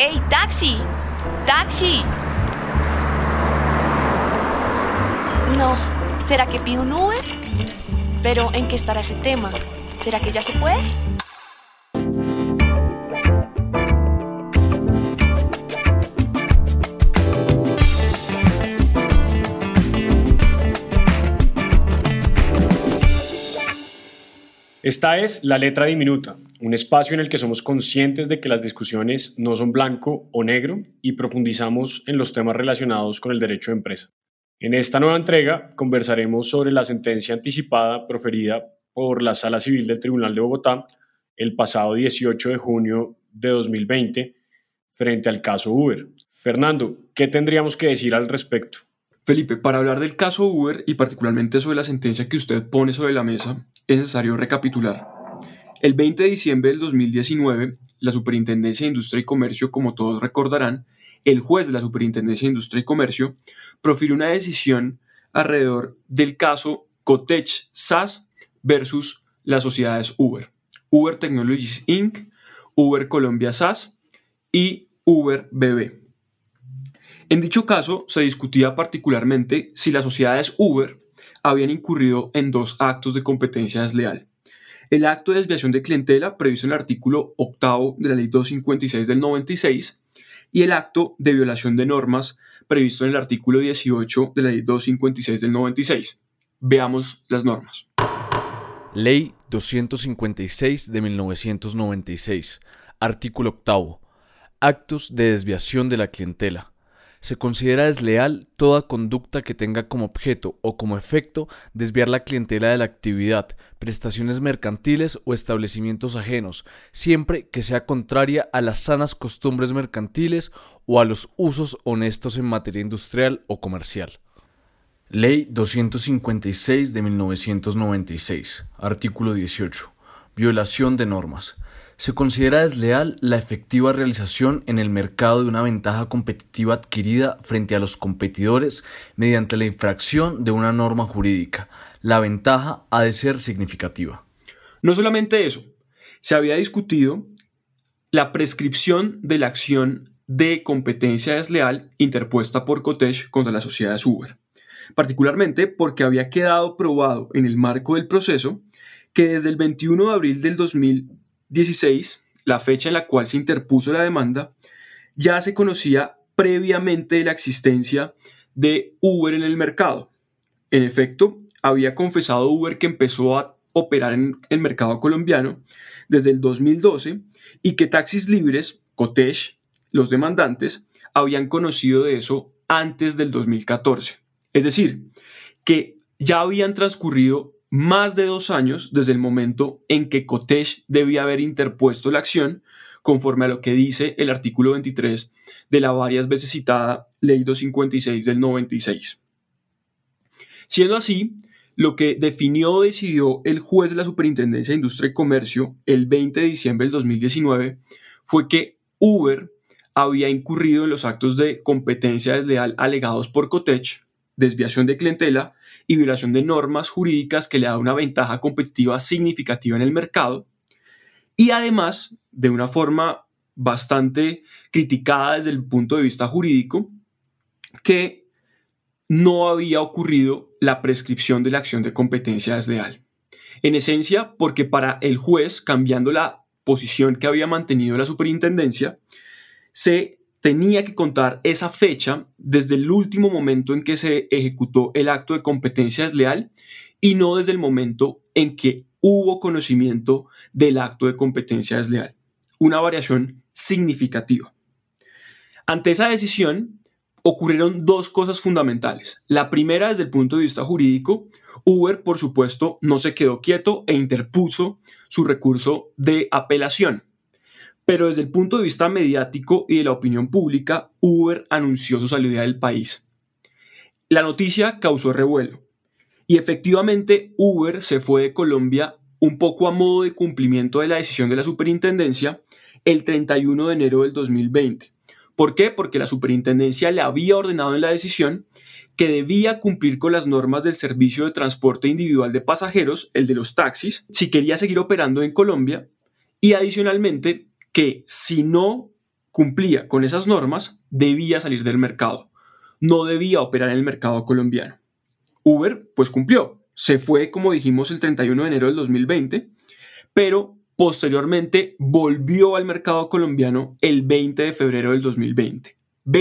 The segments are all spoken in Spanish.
¡Ey, taxi! ¡Taxi! No, ¿será que pido un Uber? Pero ¿en qué estará ese tema? ¿Será que ya se puede? Esta es La Letra Diminuta, un espacio en el que somos conscientes de que las discusiones no son blanco o negro y profundizamos en los temas relacionados con el derecho de empresa. En esta nueva entrega conversaremos sobre la sentencia anticipada proferida por la Sala Civil del Tribunal de Bogotá el pasado 18 de junio de 2020 frente al caso Uber. Fernando, ¿qué tendríamos que decir al respecto? Felipe, para hablar del caso Uber y particularmente sobre la sentencia que usted pone sobre la mesa, es necesario recapitular. El 20 de diciembre del 2019, la Superintendencia de Industria y Comercio, como todos recordarán, el juez de la Superintendencia de Industria y Comercio profirió una decisión alrededor del caso Cotech SAS versus las sociedades Uber. Uber Technologies Inc., Uber Colombia SAS y Uber BB. En dicho caso, se discutía particularmente si las sociedades Uber habían incurrido en dos actos de competencia desleal. El acto de desviación de clientela previsto en el artículo 8 de la Ley 256 del 96 y el acto de violación de normas previsto en el artículo 18 de la Ley 256 del 96. Veamos las normas. Ley 256 de 1996, artículo 8. Actos de desviación de la clientela. Se considera desleal toda conducta que tenga como objeto o como efecto desviar la clientela de la actividad, prestaciones mercantiles o establecimientos ajenos, siempre que sea contraria a las sanas costumbres mercantiles o a los usos honestos en materia industrial o comercial. Ley 256 de 1996, artículo 18. Violación de normas. Se considera desleal la efectiva realización en el mercado de una ventaja competitiva adquirida frente a los competidores mediante la infracción de una norma jurídica. La ventaja ha de ser significativa. No solamente eso, se había discutido la prescripción de la acción de competencia desleal interpuesta por Cotech contra las sociedades Uber, particularmente porque había quedado probado en el marco del proceso que desde el 21 de abril del 2016, la fecha en la cual se interpuso la demanda, ya se conocía previamente la existencia de Uber en el mercado. En efecto, había confesado Uber que empezó a operar en el mercado colombiano desde el 2012 y que Taxis Libres, Cotech, los demandantes, habían conocido de eso antes del 2014. Es decir, que ya habían transcurrido más de 2 años desde el momento en que Cotech debía haber interpuesto la acción conforme a lo que dice el artículo 23 de la varias veces citada Ley 256 del 96. Siendo así, lo que definió o decidió el juez de la Superintendencia de Industria y Comercio el 20 de diciembre del 2019 fue que Uber había incurrido en los actos de competencia desleal alegados por Cotech, desviación de clientela y violación de normas jurídicas que le da una ventaja competitiva significativa en el mercado, y además, de una forma bastante criticada desde el punto de vista jurídico, que no había ocurrido la prescripción de la acción de competencia desleal. En esencia, porque para el juez, cambiando la posición que había mantenido la superintendencia, se tenía que contar esa fecha desde el último momento en que se ejecutó el acto de competencia desleal y no desde el momento en que hubo conocimiento del acto de competencia desleal. Una variación significativa. Ante esa decisión ocurrieron 2 cosas fundamentales. La primera, desde el punto de vista jurídico, Uber, por supuesto, no se quedó quieto e interpuso su recurso de apelación. Pero desde el punto de vista mediático y de la opinión pública, Uber anunció su salida del país. La noticia causó revuelo y efectivamente Uber se fue de Colombia un poco a modo de cumplimiento de la decisión de la superintendencia el 31 de enero del 2020. ¿Por qué? Porque la superintendencia le había ordenado en la decisión que debía cumplir con las normas del servicio de transporte individual de pasajeros, el de los taxis, si quería seguir operando en Colombia, y adicionalmente que si no cumplía con esas normas, debía salir del mercado. No debía operar en el mercado colombiano. Uber, pues cumplió. Se fue, como dijimos, el 31 de enero del 2020, pero posteriormente volvió al mercado colombiano el 20 de febrero del 2020.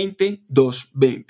2020.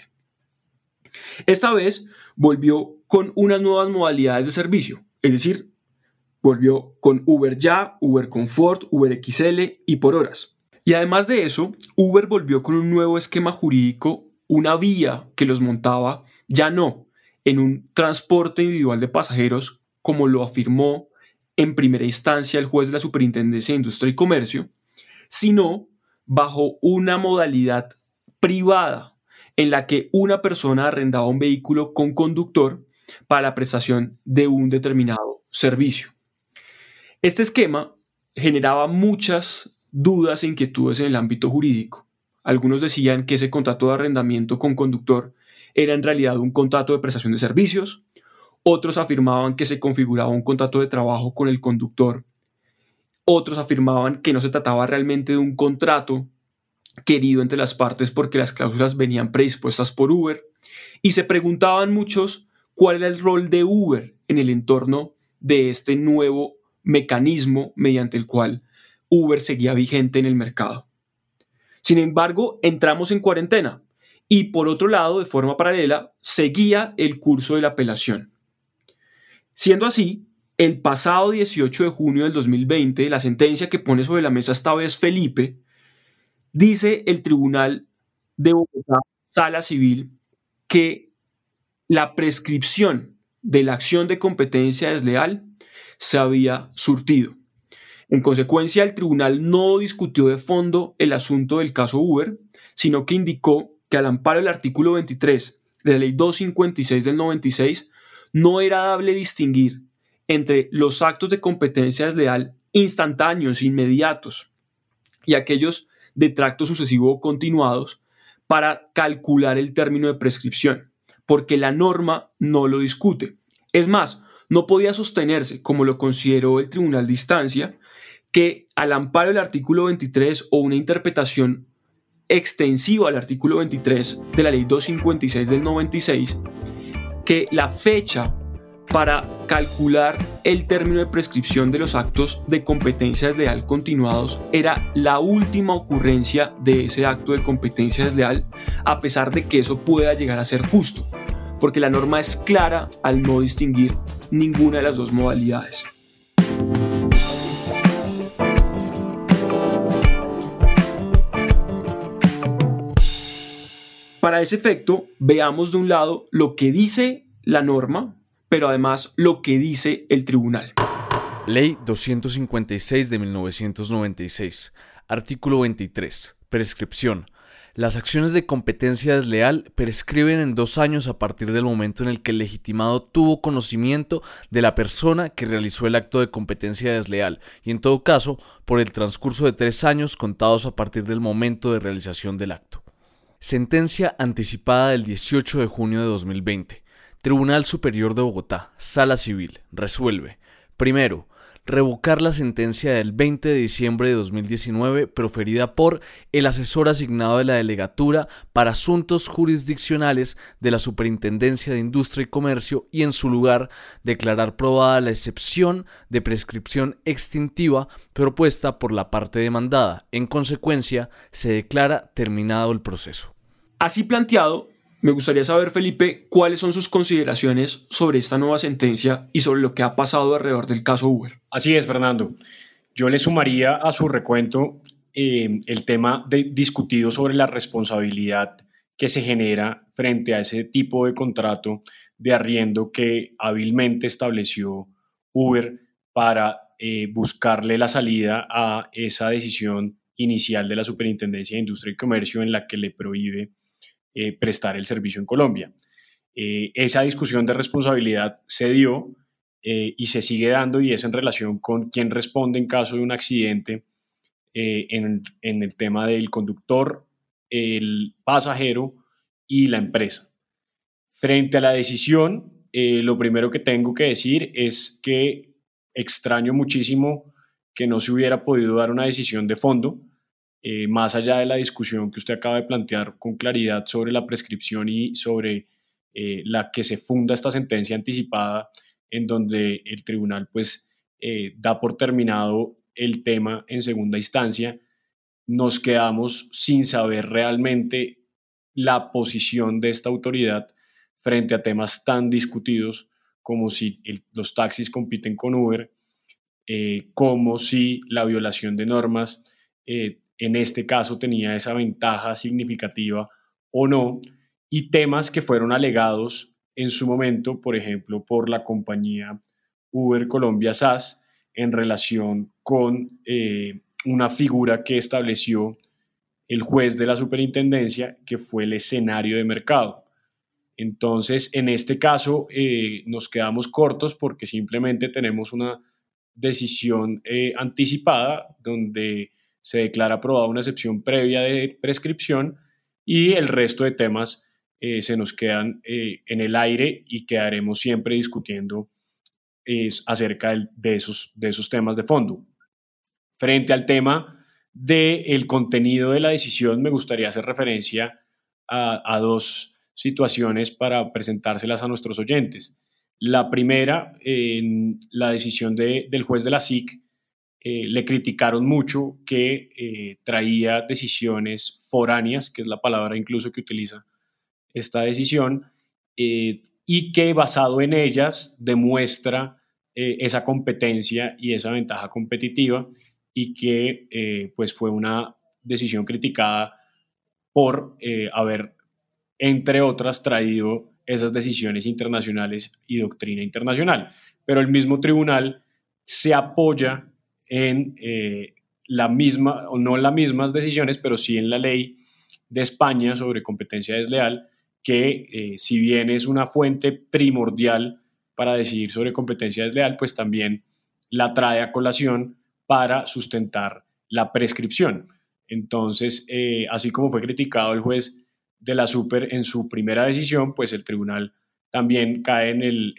Esta vez volvió con unas nuevas modalidades de servicio, es decir, volvió con Uber Ya, Uber Comfort, Uber XL y por horas. Y además de eso, Uber volvió con un nuevo esquema jurídico, una vía que los montaba ya no en un transporte individual de pasajeros, como lo afirmó en primera instancia el juez de la Superintendencia de Industria y Comercio, sino bajo una modalidad privada en la que una persona arrendaba un vehículo con conductor para la prestación de un determinado servicio. Este esquema generaba muchas dudas e inquietudes en el ámbito jurídico. Algunos decían que ese contrato de arrendamiento con conductor era en realidad un contrato de prestación de servicios. Otros afirmaban que se configuraba un contrato de trabajo con el conductor. Otros afirmaban que no se trataba realmente de un contrato querido entre las partes porque las cláusulas venían predispuestas por Uber. Y se preguntaban muchos cuál era el rol de Uber en el entorno de este nuevo mecanismo mediante el cual Uber seguía vigente en el mercado. Sin embargo, entramos en cuarentena y por otro lado, de forma paralela, seguía el curso de la apelación. Siendo así, el pasado 18 de junio del 2020, la sentencia que pone sobre la mesa esta vez Felipe, dice el Tribunal de Bogotá, Sala Civil, que la prescripción de la acción de competencia desleal se había surtido. En consecuencia, el tribunal no discutió de fondo el asunto del caso Uber, sino que indicó que al amparo del artículo 23 de la Ley 256 del 96 no era dable distinguir entre los actos de competencia desleal instantáneos, inmediatos, y aquellos de tracto sucesivo o continuados para calcular el término de prescripción, porque la norma no lo discute. Es más, no podía sostenerse, como lo consideró el Tribunal de Instancia, que al amparo del artículo 23 o una interpretación extensiva al artículo 23 de la Ley 256 del 96, que la fecha para calcular el término de prescripción de los actos de competencia desleal continuados era la última ocurrencia de ese acto de competencia desleal, a pesar de que eso pueda llegar a ser justo, porque la norma es clara al no distinguir ninguna de las dos modalidades. Para ese efecto, veamos de un lado lo que dice la norma, pero además lo que dice el tribunal. Ley 256 de 1996, artículo 23, prescripción. Las acciones de competencia desleal prescriben en 2 años a partir del momento en el que el legitimado tuvo conocimiento de la persona que realizó el acto de competencia desleal y, en todo caso, por el transcurso de 3 años contados a partir del momento de realización del acto. Sentencia anticipada del 18 de junio de 2020. Tribunal Superior de Bogotá, Sala Civil, resuelve. Primero, revocar la sentencia del 20 de diciembre de 2019 proferida por el asesor asignado de la Delegatura para Asuntos Jurisdiccionales de la Superintendencia de Industria y Comercio y en su lugar declarar probada la excepción de prescripción extintiva propuesta por la parte demandada. En consecuencia, se declara terminado el proceso. Así planteado, me gustaría saber, Felipe, cuáles son sus consideraciones sobre esta nueva sentencia y sobre lo que ha pasado alrededor del caso Uber. Así es, Fernando. Yo le sumaría a su recuento el tema discutido sobre la responsabilidad que se genera frente a ese tipo de contrato de arriendo que hábilmente estableció Uber para buscarle la salida a esa decisión inicial de la Superintendencia de Industria y Comercio en la que le prohíbe prestar el servicio en Colombia. Esa discusión de responsabilidad se dio y se sigue dando, y es en relación con quién responde en caso de un accidente en el tema del conductor, el pasajero y la empresa. Frente a la decisión, lo primero que tengo que decir es que extraño muchísimo que no se hubiera podido dar una decisión de fondo. más allá de la discusión que usted acaba de plantear con claridad sobre la prescripción y sobre la que se funda esta sentencia anticipada, en donde el tribunal pues da por terminado el tema en segunda instancia, nos quedamos sin saber realmente la posición de esta autoridad frente a temas tan discutidos como si los taxis compiten con Uber, como si la violación de normas en este caso tenía esa ventaja significativa o no, y temas que fueron alegados en su momento, por ejemplo, por la compañía Uber Colombia SAS en relación con una figura que estableció el juez de la superintendencia, que fue el escenario de mercado. Entonces, en este caso, nos quedamos cortos porque simplemente tenemos una decisión anticipada donde se declara aprobada una excepción previa de prescripción y el resto de temas se nos quedan en el aire y quedaremos siempre discutiendo acerca de esos temas de fondo. Frente al tema del contenido de la decisión, me gustaría hacer referencia a dos situaciones para presentárselas a nuestros oyentes. La primera, en la decisión del juez de la SIC, le criticaron mucho que traía decisiones foráneas, que es la palabra incluso que utiliza esta decisión, y que basado en ellas demuestra esa competencia y esa ventaja competitiva, y que pues fue una decisión criticada por haber, entre otras, traído esas decisiones internacionales y doctrina internacional. Pero el mismo tribunal se apoya en la misma, o no las mismas decisiones, pero sí en la ley de España sobre competencia desleal, que si bien es una fuente primordial para decidir sobre competencia desleal, pues también la trae a colación para sustentar la prescripción. Entonces, así como fue criticado el juez de la Super en su primera decisión, pues el tribunal también cae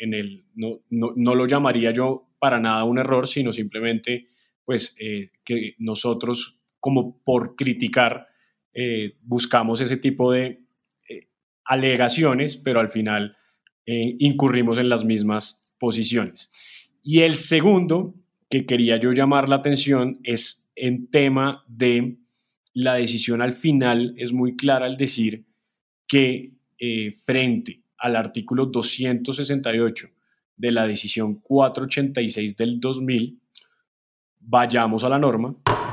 no lo llamaría yo para nada un error, sino simplemente pues que nosotros, como por criticar, buscamos ese tipo de alegaciones, pero al final incurrimos en las mismas posiciones. Y el segundo que quería yo llamar la atención es en tema de la decisión. Al final es muy clara al decir que frente al artículo 268 de la decisión 486 del 2000, vayamos a la norma.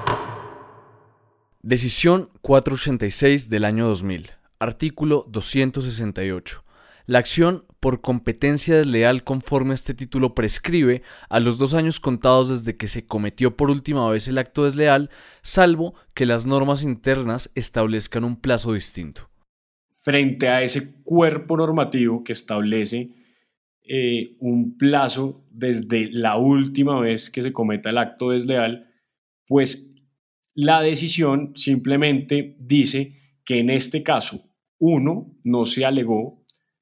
Decisión 486 del año 2000, artículo 268. La acción por competencia desleal conforme a este título prescribe a los 2 años contados desde que se cometió por última vez el acto desleal, salvo que las normas internas establezcan un plazo distinto. Frente a ese cuerpo normativo que establece un plazo desde la última vez que se cometa el acto desleal, pues la decisión simplemente dice que en este caso, uno, no se alegó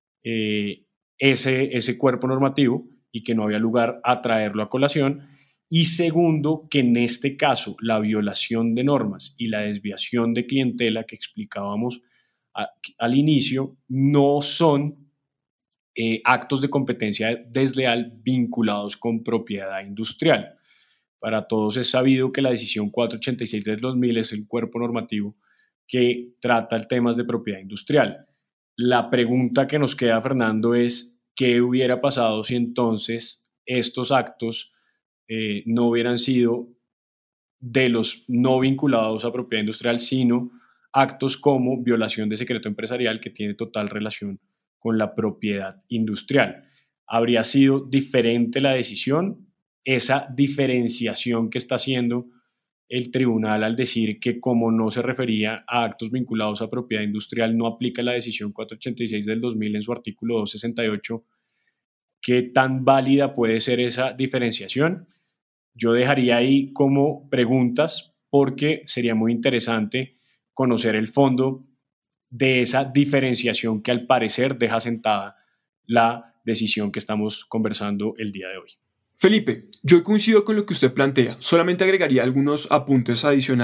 ese cuerpo normativo y que no había lugar a traerlo a colación, y segundo, que en este caso la violación de normas y la desviación de clientela que explicábamos al inicio no son actos de competencia desleal vinculados con propiedad industrial. Para todos es sabido que la decisión 486 del 2000 es el cuerpo normativo que trata el temas de propiedad industrial. La pregunta que nos queda, Fernando, es ¿qué hubiera pasado si entonces estos actos no hubieran sido de los no vinculados a propiedad industrial, sino actos como violación de secreto empresarial, que tiene total relación con la propiedad industrial? ¿Habría sido diferente la decisión? Esa diferenciación que está haciendo el tribunal al decir que, como no se refería a actos vinculados a propiedad industrial, no aplica la decisión 486 del 2000 en su artículo 268, ¿qué tan válida puede ser esa diferenciación? Yo dejaría ahí como preguntas, porque sería muy interesante conocer el fondo de esa diferenciación que al parecer deja sentada la decisión que estamos conversando el día de hoy. Felipe, yo coincido con lo que usted plantea, solamente agregaría algunos apuntes adicionales.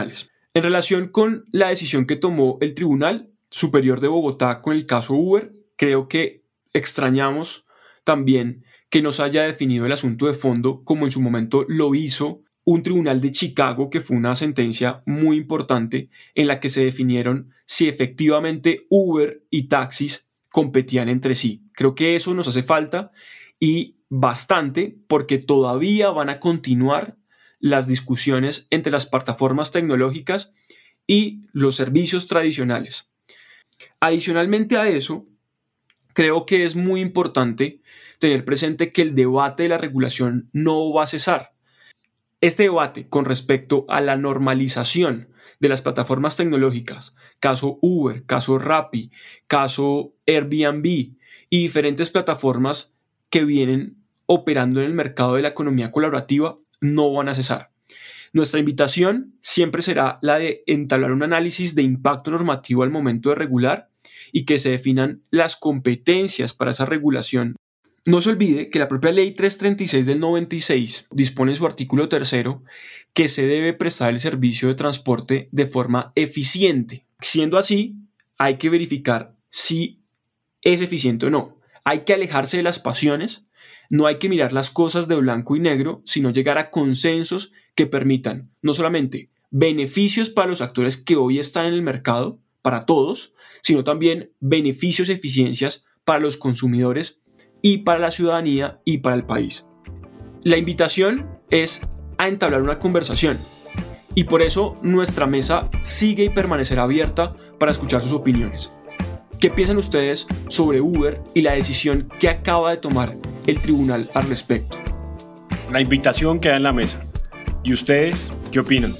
En relación con la decisión que tomó el Tribunal Superior de Bogotá con el caso Uber, creo que extrañamos también que no se haya definido el asunto de fondo como en su momento lo hizo un tribunal de Chicago, que fue una sentencia muy importante en la que se definieron si efectivamente Uber y taxis competían entre sí. Creo que eso nos hace falta y bastante, porque todavía van a continuar las discusiones entre las plataformas tecnológicas y los servicios tradicionales. Adicionalmente a eso, creo que es muy importante tener presente que el debate de la regulación no va a cesar. Este debate con respecto a la normalización de las plataformas tecnológicas, caso Uber, caso Rappi, caso Airbnb y diferentes plataformas que vienen operando en el mercado de la economía colaborativa, no van a cesar. Nuestra invitación siempre será la de entablar un análisis de impacto normativo al momento de regular y que se definan las competencias para esa regulación. No se olvide que la propia Ley 336 del 96 dispone en su artículo 3 que se debe prestar el servicio de transporte de forma eficiente. Siendo así, hay que verificar si es eficiente o no. Hay que alejarse de las pasiones, no hay que mirar las cosas de blanco y negro, sino llegar a consensos que permitan no solamente beneficios para los actores que hoy están en el mercado, para todos, sino también beneficios y eficiencias para los consumidores y para la ciudadanía y para el país. La invitación es a entablar una conversación y por eso nuestra mesa sigue y permanecerá abierta para escuchar sus opiniones. ¿Qué piensan ustedes sobre Uber y la decisión que acaba de tomar el tribunal al respecto? La invitación queda en la mesa. ¿Y ustedes qué opinan?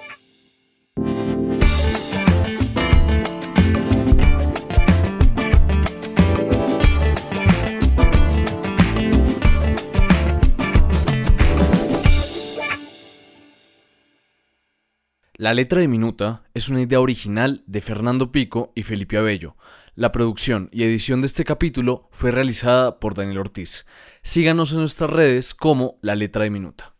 La letra diminuta es una idea original de Fernando Pico y Felipe Abello. La producción y edición de este capítulo fue realizada por Daniel Ortiz. Síganos en nuestras redes como La Letra Diminuta.